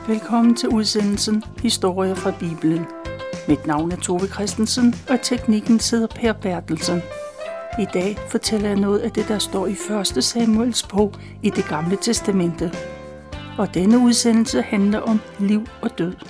Velkommen til udsendelsen Historier fra Bibelen. Mit navn er Tove Christensen, og teknikken sidder Per Bertelsen. I dag fortæller jeg noget af det, der står i 1. Samuels bog i Det Gamle Testamente. Og denne udsendelse handler om liv og død.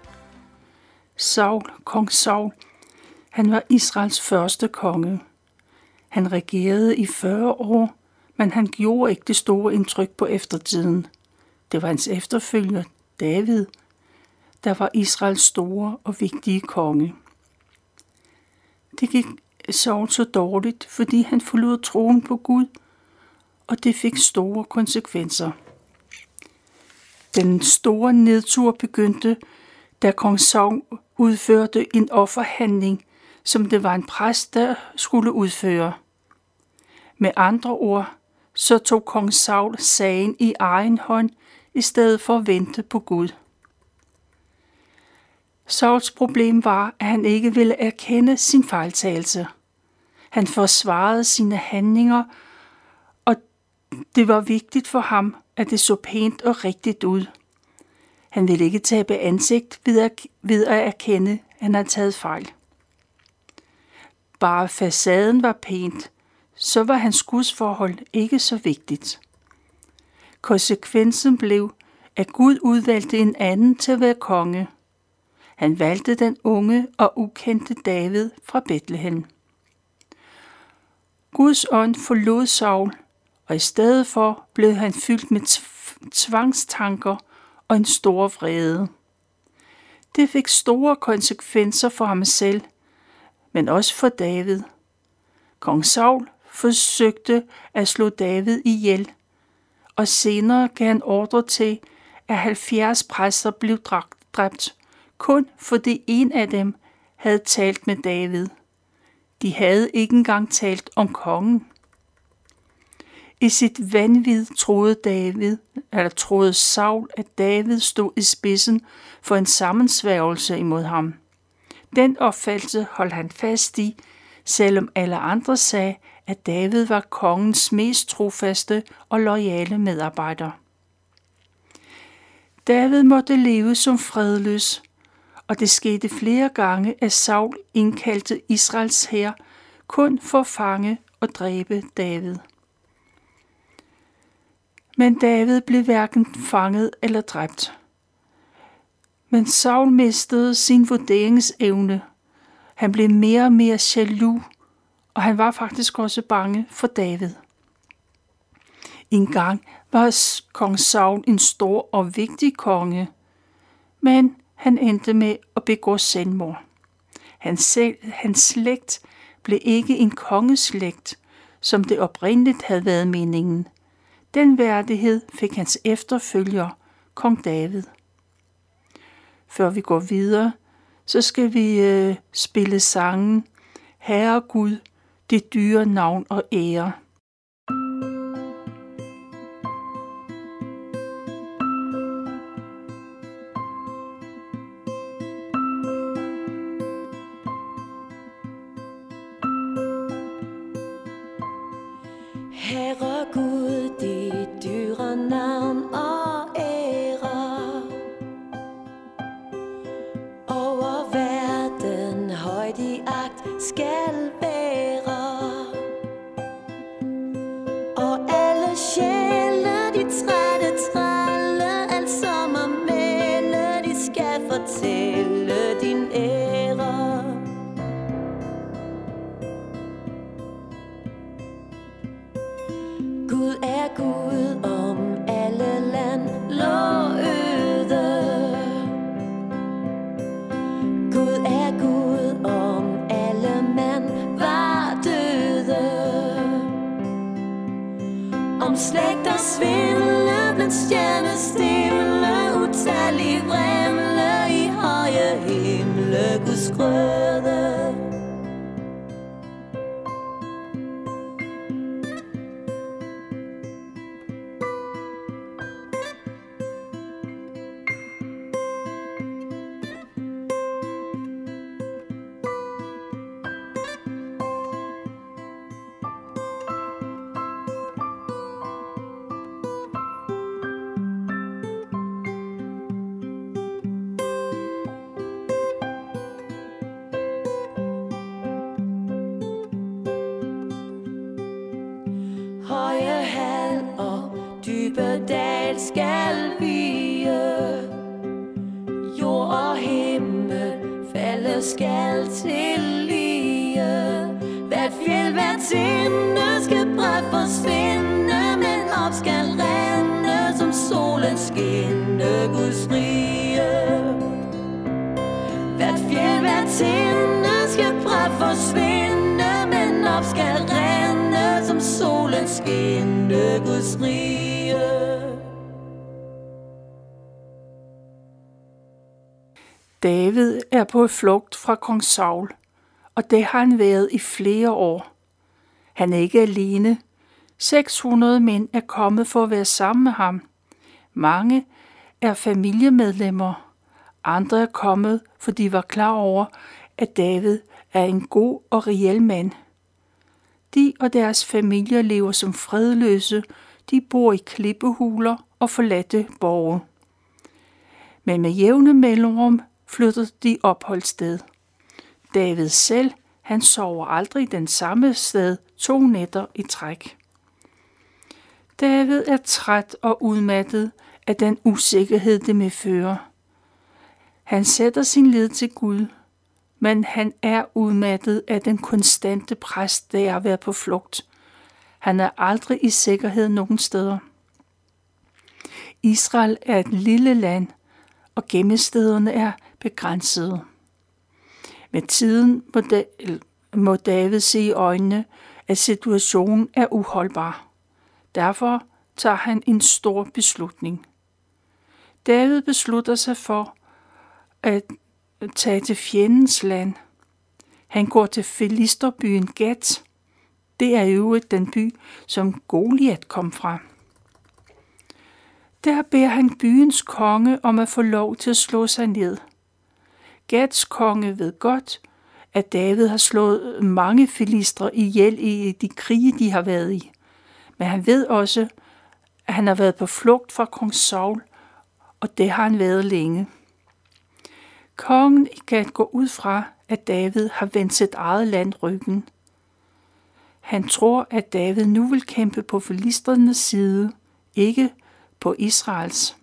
Kong Saul, han var Israels første konge. Han regerede i 40 år, men han gjorde ikke det store indtryk på eftertiden. Det var hans efterfølger, David, der var Israels store og vigtige konge. Det gik Saul så dårligt, fordi han forlod troen på Gud, og det fik store konsekvenser. Den store nedtur begyndte, da kong Saul udførte en offerhandling, som det var en præst, der skulle udføre. Med andre ord, så tog kong Saul sagen i egen hånd, i stedet for at vente på Gud. Sauls problem var, at han ikke ville erkende sin fejltagelse. Han forsvarede sine handlinger, og det var vigtigt for ham, at det så pænt og rigtigt ud. Han ville ikke tabe ansigt ved at erkende, at han havde taget fejl. Bare facaden var pænt, så var hans gudsforhold ikke så vigtigt. Konsekvensen blev, at Gud udvalgte en anden til at være konge. Han valgte den unge og ukendte David fra Betlehem. Guds ånd forlod Saul, og i stedet for blev han fyldt med tvangstanker og en stor vrede. Det fik store konsekvenser for ham selv, men også for David. Kong Saul forsøgte at slå David ihjel, og senere gav han ordre til, at 70 præster blev dræbt, kun fordi en af dem havde talt med David. De havde ikke engang talt om kongen. I sit vanvid troede Saul, at David stod i spidsen for en sammensværgelse imod ham. Den opfattelse holdt han fast i, selvom alle andre sagde, at David var kongens mest trofaste og loyale medarbejder. David måtte leve som fredløs, og det skete flere gange, at Saul indkaldte Israels hær kun for at fange og dræbe David. Men David blev hverken fanget eller dræbt. Men Saul mistede sin vurderingsevne. Han blev mere og mere jaloux, og han var faktisk også bange for David. En gang var kong Saul en stor og vigtig konge, men han endte med at begå selvmord. Hans slægt blev ikke en kongeslægt, som det oprindeligt havde været meningen. Den værdighed fik hans efterfølger, kong David. Før vi går videre, så skal vi spille sangen Herre Gud, dit dyre navn og ære. Herre Gud, dit dyre navn og ære, over verden højt i agt skal være, og alle sjæle, de trætte trælle, alt som er melde, de skal fortælle din ære. Gud er Gud om alle land lå øde. Gud er Gud om alle mand var døde. Om slægter svindle blandt stjernestimle, utallige vrimle i høje himle, Guds grøde. dybe dal skal vige. Jord og himmel falde skal til lige. Hvert fjeld, hvert tinde skal bræt forsvinde, men op skal rende som solen skinne Guds rige. Hvert fjeld, hvert tinde skal bræt forsvinde, men op skal rende som solen skinne Guds rige. David er på flugt fra kong Saul, og det har han været i flere år. Han er ikke alene. 600 mænd er kommet for at være sammen med ham. Mange er familiemedlemmer. Andre er kommet, for de var klar over, at David er en god og reel mand. De og deres familier lever som fredløse. De bor i klippehuler og forladte borge. Men med jævne mellemrum flytter de opholdssted. David selv, han sover aldrig den samme sted 2 nætter i træk. David er træt og udmattet af den usikkerhed, det medfører. Han sætter sin lid til Gud, men han er udmattet af den konstante pres, det er at være på flugt. Han er aldrig i sikkerhed nogen steder. Israel er et lille land, og gemmestederne er begrænsede. Med tiden må David se i øjnene, at situationen er uholdbar. Derfor tager han en stor beslutning. David beslutter sig for at tage til fjendens land. Han går til filisterbyen Gat. Det er jo den by, som Goliat kom fra. Der beder han byens konge om at få lov til at slå sig ned. Gats konge ved godt, at David har slået mange filistre ihjel i de krige, de har været i. Men han ved også, at han har været på flugt fra kong Saul, og det har han været længe. Kongen kan gå ud fra, at David har vendt sit eget land ryggen. Han tror, at David nu vil kæmpe på filistrenes side, ikke på Israels.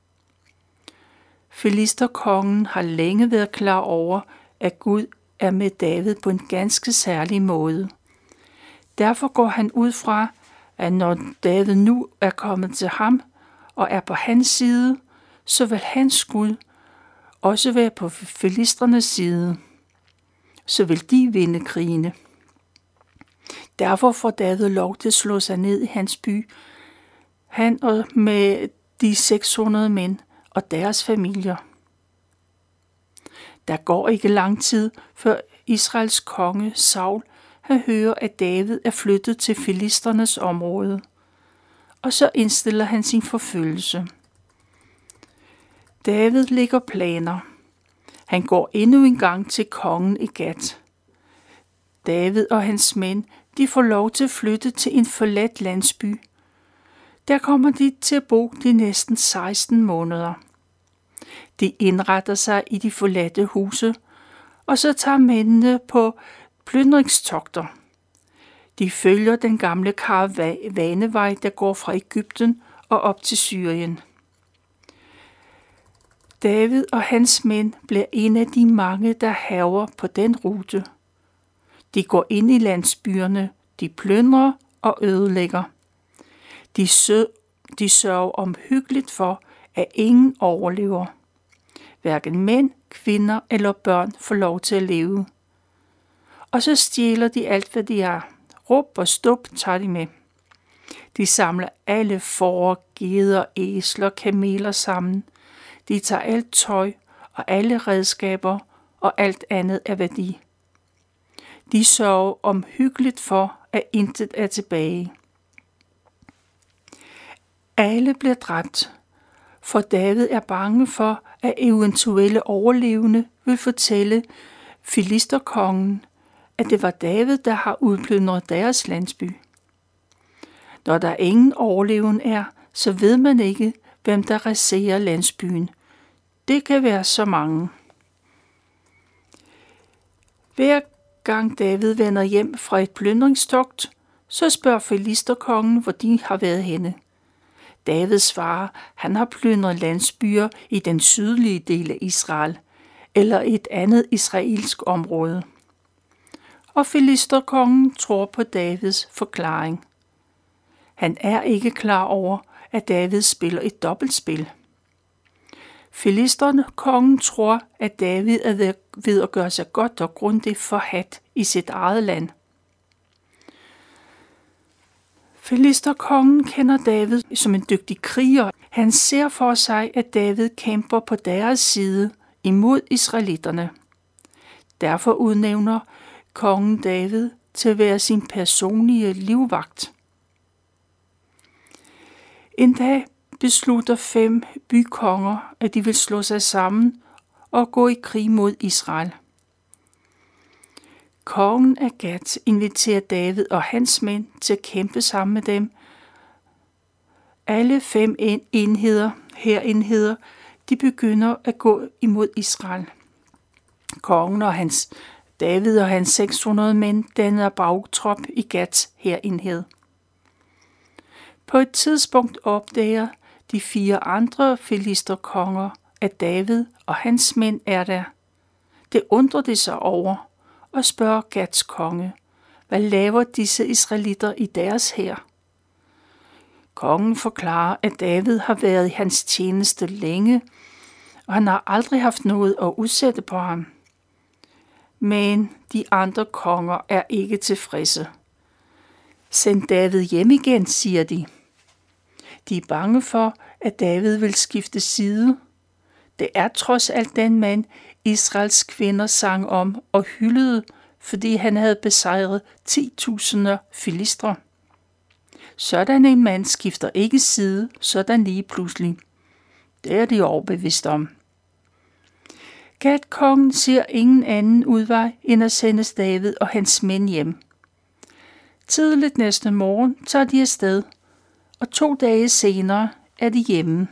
Filisterkongen har længe været klar over, at Gud er med David på en ganske særlig måde. Derfor går han ud fra, at når David nu er kommet til ham og er på hans side, så vil hans Gud også være på filistrenes side. Så vil de vinde krigene. Derfor får David lov til at slå sig ned i hans by, han og med de 600 mænd og deres familier. Der går ikke lang tid, før Israels konge Saul hører, at David er flyttet til filistrenes område, og så indstiller han sin forfølgelse. David lægger planer. Han går endnu en gang til kongen i Gat. David og hans mænd, de får lov til at flytte til en forladt landsby. Der kommer de til at bo de næsten 16 måneder. De indretter sig i de forladte huse, og så tager mændene på plyndringstogter. De følger den gamle karavanevej, der går fra Egypten og op til Syrien. David og hans mænd bliver en af de mange, der hærger på den rute. De går ind i landsbyerne, de plyndrer og ødelægger. De sørger omhyggeligt for, at ingen overlever. Hverken mænd, kvinder eller børn får lov til at leve. Og så stjæler de alt, hvad de har. Rup og stup tager de med. De samler alle får, geder, æsler, kameler sammen. De tager alt tøj og alle redskaber og alt andet af værdi. De sørger omhyggeligt for, at intet er tilbage. Alle bliver dræbt, for David er bange for, at eventuelle overlevende vil fortælle filisterkongen, at det var David, der har udplyndret deres landsby. Når der ingen overlevende er, så ved man ikke, hvem der raserer landsbyen. Det kan være så mange. Hver gang David vender hjem fra et plyndringstogt, så spørger filisterkongen, hvor de har været henne. Davids far, han har plyndret landsbyer i den sydlige del af Israel, eller et andet israelsk område. Og filisterkongen tror på Davids forklaring. Han er ikke klar over, at David spiller et dobbeltspil. Filisterkongen tror, at David er ved at gøre sig godt og grundigt forhadt i sit eget land. Filisterkongen kender David som en dygtig kriger. Han ser for sig, at David kæmper på deres side imod israelitterne. Derfor udnævner kongen David til at være sin personlige livvagt. En dag beslutter 5 bykonger, at de vil slå sig sammen og gå i krig mod Israel. Kongen af Gat inviterer David og hans mænd til at kæmpe sammen med dem. Alle 5 hærenheder, de begynder at gå imod Israel. Kongen og David og hans 600 mænd danner bagtrop i Gats hærenhed. På et tidspunkt opdager de 4 andre filisterkonger, at David og hans mænd er der. Det undrer de sig over og spørger Gats konge, hvad laver disse israelitter i deres hær? Kongen forklarer, at David har været i hans tjeneste længe, og han har aldrig haft noget at udsætte på ham. Men de andre konger er ikke tilfredse. Send David hjem igen, siger de. De er bange for, at David vil skifte side. Det er trods alt den mand, Israels kvinder sang om og hyldede, fordi han havde besejret 10.000 filistre. Sådan en mand skifter ikke side, sådan lige pludselig. Det er de overbevist om. Gat-kongen ser ingen anden udvej end at sende David og hans mænd hjem. Tidligt næste morgen tager de afsted, og 2 dage senere er de hjemme.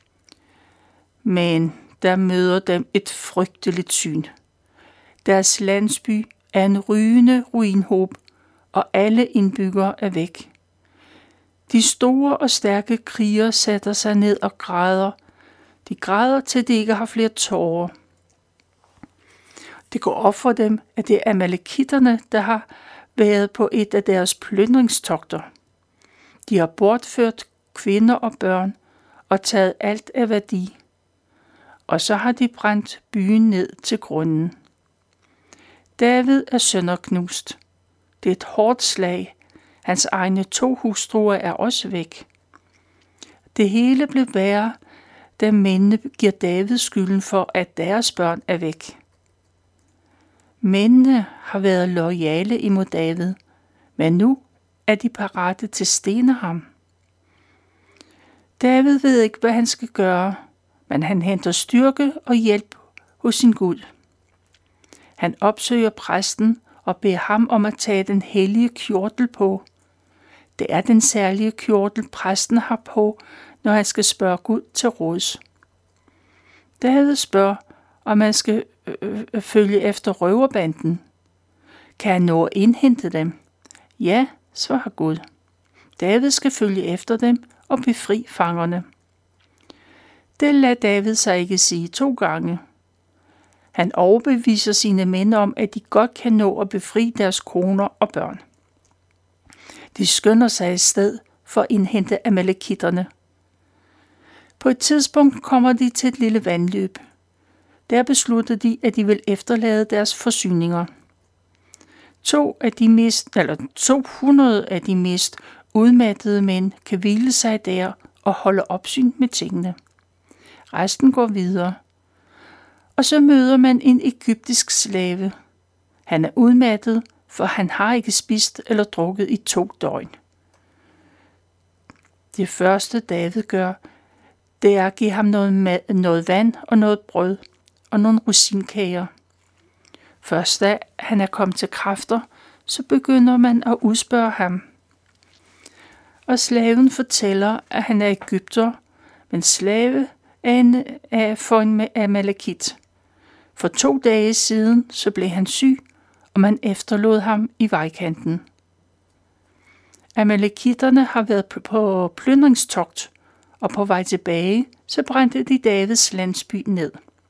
Men der møder dem et frygteligt syn. Deres landsby er en rygende ruinhob, og alle indbyggere er væk. De store og stærke krigere sætter sig ned og græder. De græder til de ikke har flere tårer. Det går op for dem, at det er amalekitterne, der har været på et af deres plyndringstogter. De har bortført kvinder og børn og taget alt af værdi. Og så har de brændt byen ned til grunden. David er sønderknust. Det er et hårdt slag. Hans egne 2 hustruer er også væk. Det hele blev værre, da mændene giver David skylden for, at deres børn er væk. Mændene har været loyale imod David, men nu er de parate til at stene ham. David ved ikke, hvad han skal gøre, men han henter styrke og hjælp hos sin Gud. Han opsøger præsten og beder ham om at tage den hellige kjortel på. Det er den særlige kjortel, præsten har på, når han skal spørge Gud til råds. David spørger, om man skal følge efter røverbanden. Kan han nå at indhente dem? Ja, svarer Gud. David skal følge efter dem og befri fangerne. Det lader David sig ikke sige 2 gange. Han overbeviser sine mænd om, at de godt kan nå at befri deres koner og børn. De skynder sig i sted for at indhente amalekitterne. På et tidspunkt kommer de til et lille vandløb. Der beslutter de, at de vil efterlade deres forsyninger. 200 af de mest udmattede mænd kan hvile sig der og holde opsyn med tingene. Resten går videre. Og så møder man en egyptisk slave. Han er udmattet, for han har ikke spist eller drukket i 2 døgn. Det første David gør, det er at give ham noget vand og noget brød og nogle rosinkager. Først da han er kommet til kræfter, så begynder man at udspørge ham. Og slaven fortæller, at han er egypter, men slave er for en amalekit. For 2 dage siden så blev han syg, og man efterlod ham i vejkanten. Amalekitterne har været på plyndringstogt, og på vej tilbage, så brændte de Davids landsby ned.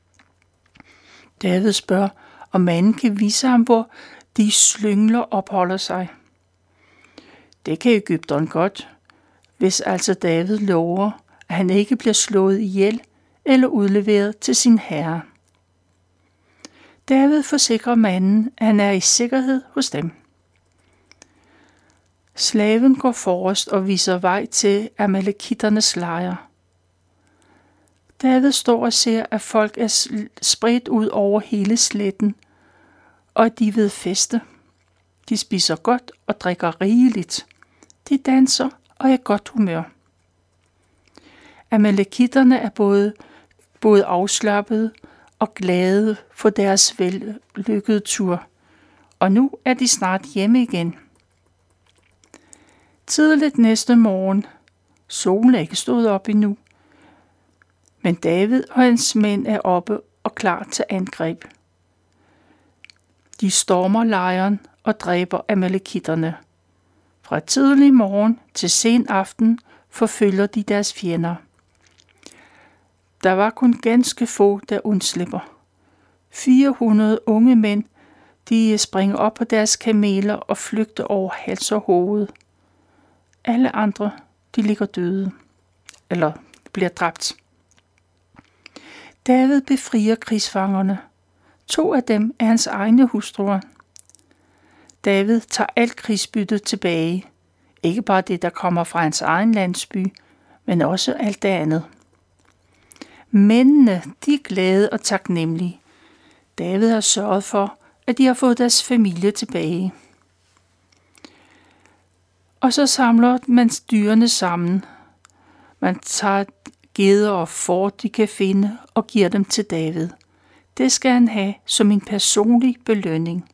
David spørger, om manden kan vise ham, hvor de slyngler opholder sig. Det kan Egypteren godt, hvis altså David lover, at han ikke bliver slået ihjel eller udleveret til sin herre. David forsikrer manden, at han er i sikkerhed hos dem. Slaven går forrest og viser vej til amalekitternes lejr. David står og ser, at folk er spredt ud over hele sletten, og at de ved feste. De spiser godt og drikker rigeligt. De danser og er i godt humør. Amalekitterne er både afslappede og glade for deres vellykkede tur, og nu er de snart hjemme igen. Tidligt næste morgen. Solen er ikke stået op endnu, men David og hans mænd er oppe og klar til angreb. De stormer lejren og dræber amalekitterne. Fra tidlig morgen til sen aften forfølger de deres fjender. Der var kun ganske få, der undslipper. 400 unge mænd, de springer op på deres kameler og flygter over hals og hoved. Alle andre, de ligger døde, eller bliver dræbt. David befrier krigsfangerne. 2 af dem er hans egne hustruer. David tager alt krigsbyttet tilbage. Ikke bare det, der kommer fra hans egen landsby, men også alt det andet. Mændene, de er glade og taknemmelige. David har sørget for, at de har fået deres familie tilbage. Og så samler man dyrene sammen. Man tager geder og får, de kan finde, og giver dem til David. Det skal han have som en personlig belønning.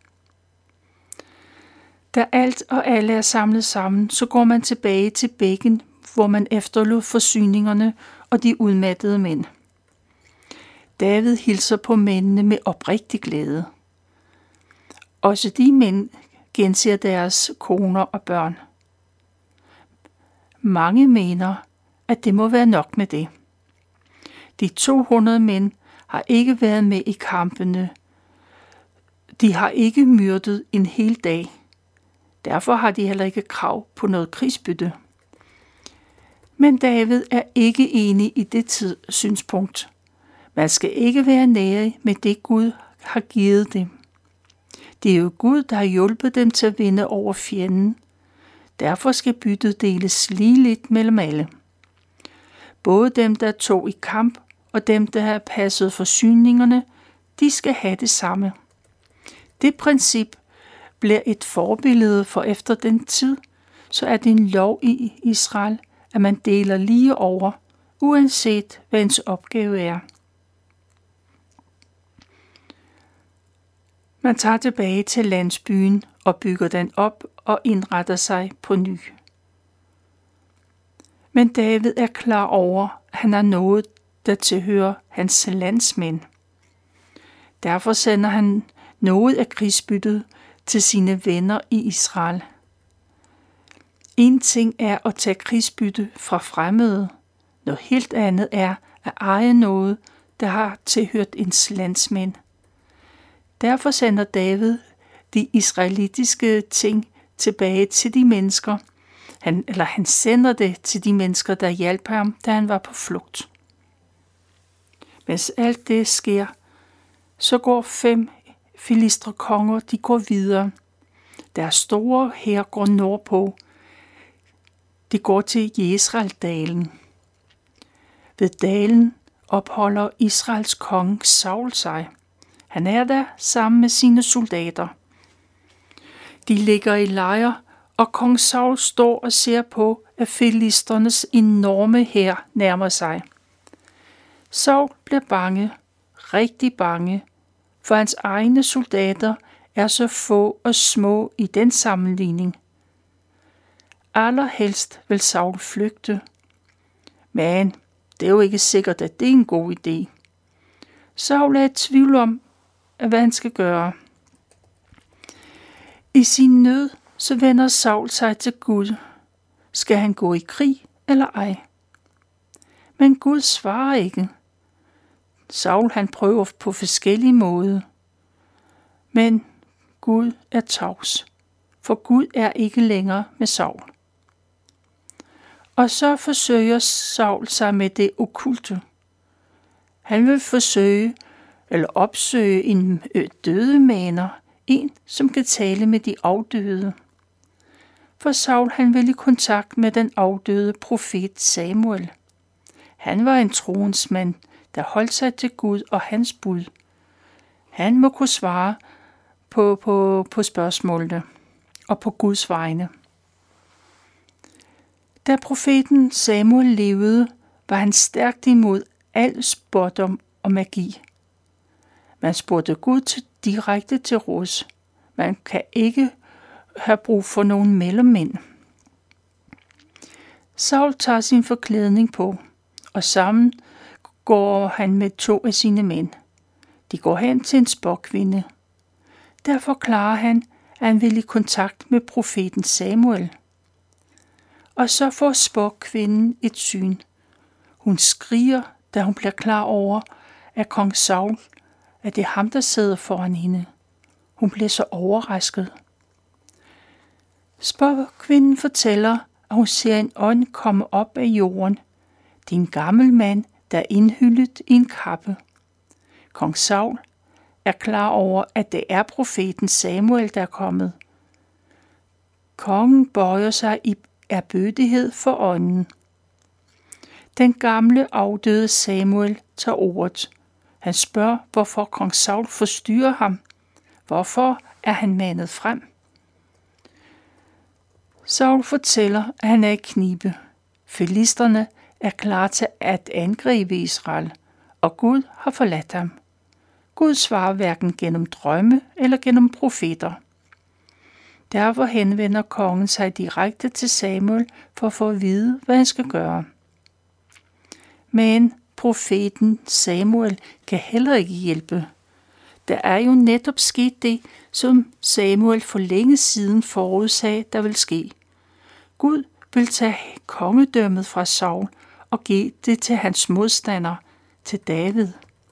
Da alt og alle er samlet sammen, så går man tilbage til bækken, hvor man efterlod forsyningerne og de udmattede mænd. David hilser på mændene med oprigtig glæde. Også de mænd genser deres koner og børn. Mange mener, at det må være nok med det. De 200 mænd har ikke været med i kampene. De har ikke myrdet en hel dag. Derfor har de heller ikke krav på noget krigsbytte. Men David er ikke enig i det synspunkt. Man skal ikke være nærig med det, Gud har givet dem. Det er jo Gud, der har hjulpet dem til at vinde over fjenden. Derfor skal byttet deles ligeligt mellem alle. Både dem, der tog i kamp, og dem, der har passet forsyningerne, de skal have det samme. Det princip bliver et forbillede for efter den tid, så er det en lov i Israel, at man deler lige over, uanset hvad ens opgave er. Man tager tilbage til landsbyen og bygger den op og indretter sig på ny. Men David er klar over, at han har noget, der tilhører hans landsmænd. Derfor sender han noget af krigsbyttet til sine venner i Israel. En ting er at tage krigsbytte fra fremmede. Noget helt andet er at eje noget, der har tilhørt ens landsmænd. Derfor sender David de israelitiske ting tilbage til de mennesker. Han sender det til de mennesker, der hjalp ham, da han var på flugt. Mens alt det sker, så går 5 filistrekonger, de går videre. Deres store hær går nordpå. De går til Jezreeldalen. Ved dalen opholder Israels konge Saul sig. Han er der sammen med sine soldater. De ligger i lejr, og kong Saul står og ser på, at filisternes enorme hær nærmer sig. Saul bliver bange, rigtig bange, for hans egne soldater er så få og små i den sammenligning. Allerhelst vil Saul flygte. Men det er jo ikke sikkert, at det er en god idé. Saul er i tvivl om, hvad han skal gøre. I sin nød, så vender Saul sig til Gud. Skal han gå i krig eller ej? Men Gud svarer ikke. Saul han prøver på forskellige måder. Men Gud er tavs, for Gud er ikke længere med Saul. Og så forsøger Saul sig med det okkulte. Han vil opsøge en dødemaner, en som kan tale med de afdøde. For Saul han vil i kontakt med den afdøde profet Samuel. Han var en troens mand, der holdt sig til Gud og hans bud. Han må kunne svare på spørgsmålene og på Guds vegne. Da profeten Samuel levede, var han stærkt imod al spådom og magi. Man spurgte Gud direkte til råds. Man kan ikke have brug for nogen mellemmænd. Saul tager sin forklædning på, og sammen går han med 2 af sine mænd. De går hen til en spåkvinde. Der forklarer han, at han vil i kontakt med profeten Samuel. Og så får spåkvinden et syn. Hun skriger, da hun bliver klar over, at kong Saul, at det er ham, der sidder foran hende. Hun bliver så overrasket. Spåkvinden fortæller, at hun ser en ånd komme op af jorden. Det er en gammel mand, der er indhyllet i en kappe. Kong Saul er klar over, at det er profeten Samuel, der er kommet. Kongen bøjer sig i ærbødighed for ånden. Den gamle afdøde Samuel tager ordet. Han spørger, hvorfor kong Saul forstyrrer ham. Hvorfor er han manet frem? Saul fortæller, at han er i knibe. Filisterne er klar til at angribe Israel, og Gud har forladt ham. Gud svarer hverken gennem drømme eller gennem profeter. Derfor henvender kongen sig direkte til Samuel for at få at vide, hvad han skal gøre. Men profeten Samuel kan heller ikke hjælpe. Der er jo netop sket det, som Samuel for længe siden forudsagde, der vil ske. Gud vil tage kongedømmet fra Saul og give det til hans modstander, til David.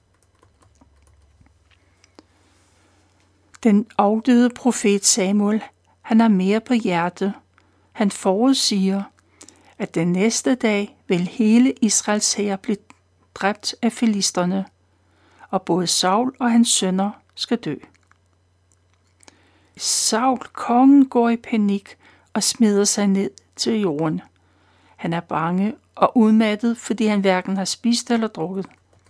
Den afdøde profet Samuel, han har mere på hjerte. Han forudsiger, at den næste dag vil hele Israels hær blive dræbt af filisterne, og både Saul og hans sønner skal dø. Saul, kongen, går i panik og smider sig ned til jorden. Han er bange og udmattet, fordi han hverken har spist eller drukket.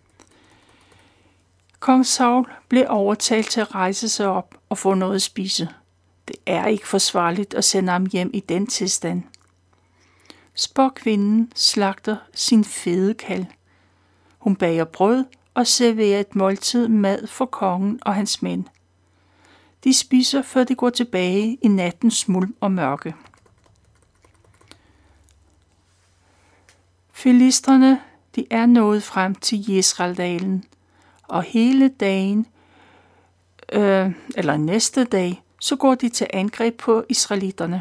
Kong Saul blev overtalt til at rejse sig op og få noget at spise. Det er ikke forsvarligt at sende ham hjem i den tilstand. Spåkvinden slagter sin fede kalv. Hun bager brød og serverer et måltid mad for kongen og hans mænd. De spiser, før de går tilbage i nattens mulm og mørke. Filisterne, de er nået frem til Jezreeldalen, og hele dagen, eller næste dag, så går de til angreb på israelitterne.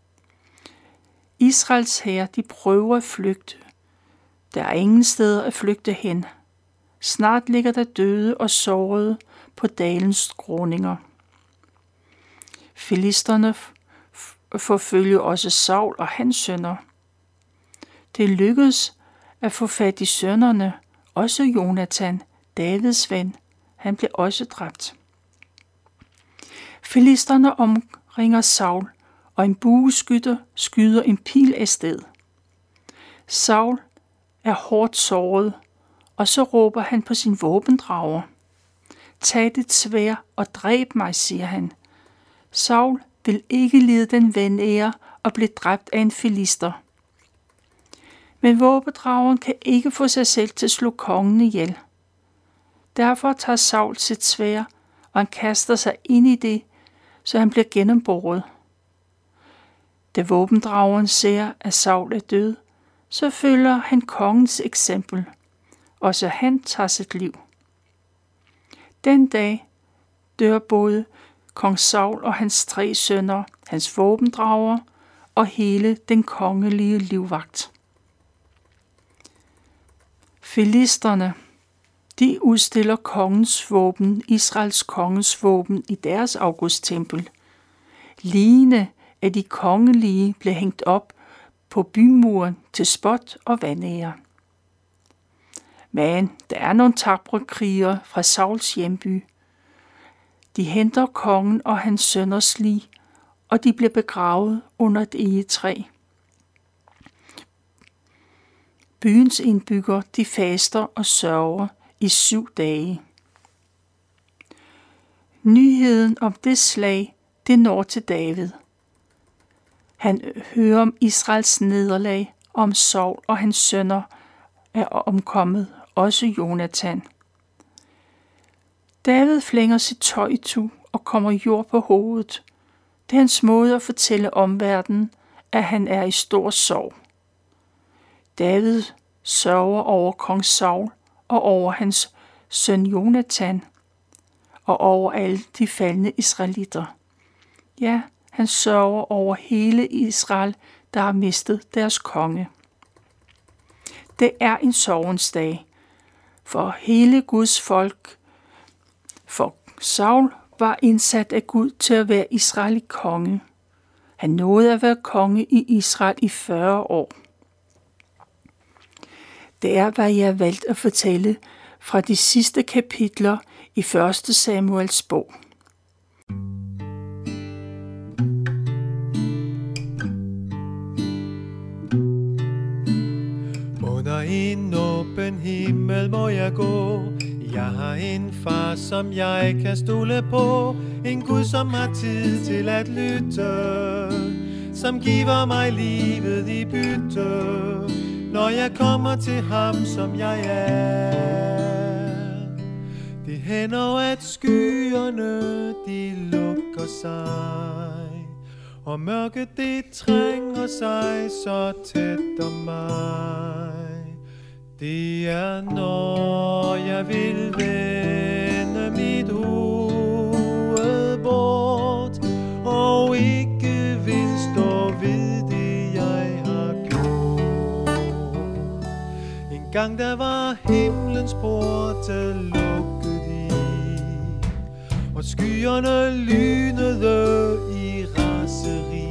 Israels hær, de prøver at flygte. Der er ingen steder at flygte hen. Snart ligger der døde og sårede på dalens skråninger. Filisterne forfølger også Saul og hans sønner. Det lykkedes at få fat i sønnerne, også Jonathan, Davids ven. Han blev også dræbt. Filisterne omringer Saul, og en bueskytter skyder en pil afsted. Saul er hårdt såret, og så råber han på sin våbendrager. Tag dit sværd og dræb mig, siger han. Saul vil ikke lide den vanære og blive dræbt af en filister. Men våbendrageren kan ikke få sig selv til at slå kongen ihjel. Derfor tager Saul sit sværd, og han kaster sig ind i det, så han bliver gennemboret. Da våbendrageren ser, at Saul er død, så følger han kongens eksempel. Også han tager sit liv. Den dag dør både kong Saul og hans 3 sønner, hans våbendrager og hele den kongelige livvagt. Filisterne, de udstiller kongens våben, Israels konges våben, i deres augusttempel. Ligene af de kongelige blev hængt op på bymuren til spot og vanære. Men der er nogle tapre krigere fra Sauls hjemby. De henter kongen og hans sønners lig, og de bliver begravet under et egetræ. Byens indbyggere, de faster og sørger i 7 dage. Nyheden om det slag, det når til David. Han hører om Israels nederlag, om Saul og hans sønner er omkommet, også Jonathan. David flænger sit tøj itu og kommer jord på hovedet. Det er hans måde at fortælle omverdenen, at han er i stor sorg. David sørger over kong Saul og over hans søn Jonathan og over alle de faldne israelitter. Ja, han sørger over hele Israel, der har mistet deres konge. Det er en sorgens dag for hele Guds folk, for Saul var indsat af Gud til at være Israel konge. Han nåede at være konge i Israel i 40 år. Det er, hvad jeg har valgt at fortælle fra de sidste kapitler i 1. Samuels bog. Under en åben himmel må jeg gå. Jeg har en far, som jeg kan stole på. En Gud, som har tid til at lytte, som giver mig livet i bytte, når jeg kommer til ham, som jeg er. Det hænder, at skyerne, de lukker sig, og mørket, det trænger sig så tæt om mig. Det er, når jeg vil vende mit hoved bort, og ikke vil stå ved det, jeg har gjort. En gang der var himlens porte lukket i, og skyerne lynede i raseri.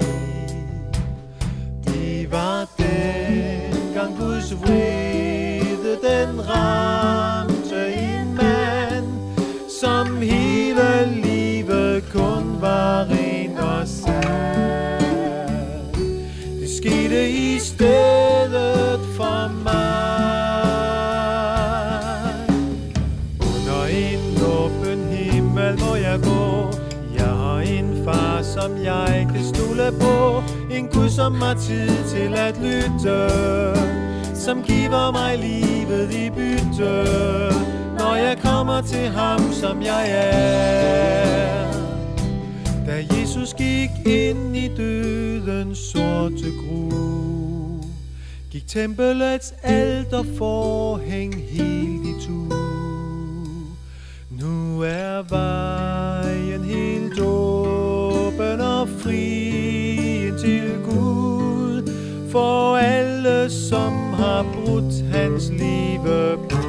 Det var dengang Guds vrede, den ramte en mand, som hele livet kun var ren og sand. Det skete i stedet for mig. Under en åben himmel må jeg gå. Jeg har en far, som jeg kan stole på. En Gud, som har tid til at lytte, som giver mig livet i bytte, når jeg kommer til ham, som jeg er. Da Jesus gik ind i dødens sorte gru, gik tempelets alterforhæng helt i tu. Nu er vejen helt åben og fri til Gud, for alle, som har brudt hans livebud.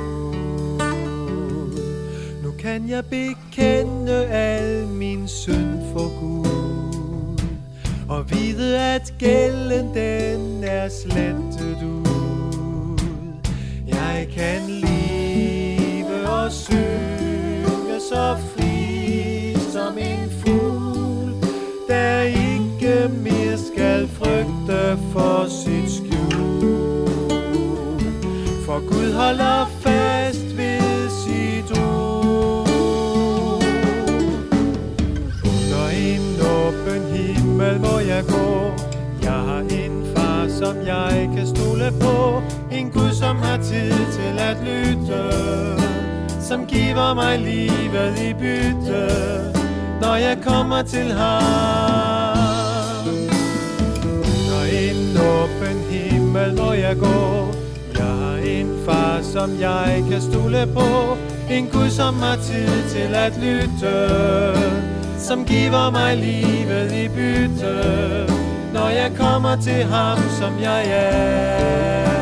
Nu kan jeg bekende al min synd for Gud, og vide, at gælden den er slettet ud. Jeg kan leve og synge så fri som en fugl, der ikke mere skal frygte for sit skjul. For Gud holder fast ved sit ord. Under en åben himmel må jeg gå. Jeg har en far, som jeg kan stole på. En Gud, som har tid til at lytte, som giver mig livet i bytte, når jeg kommer til ham. Under en åben himmel må jeg gå. Jeg har en far, som jeg kan stole på. En Gud, som har tid til at lytte, som giver mig livet i bytte, når jeg kommer til ham, som jeg er.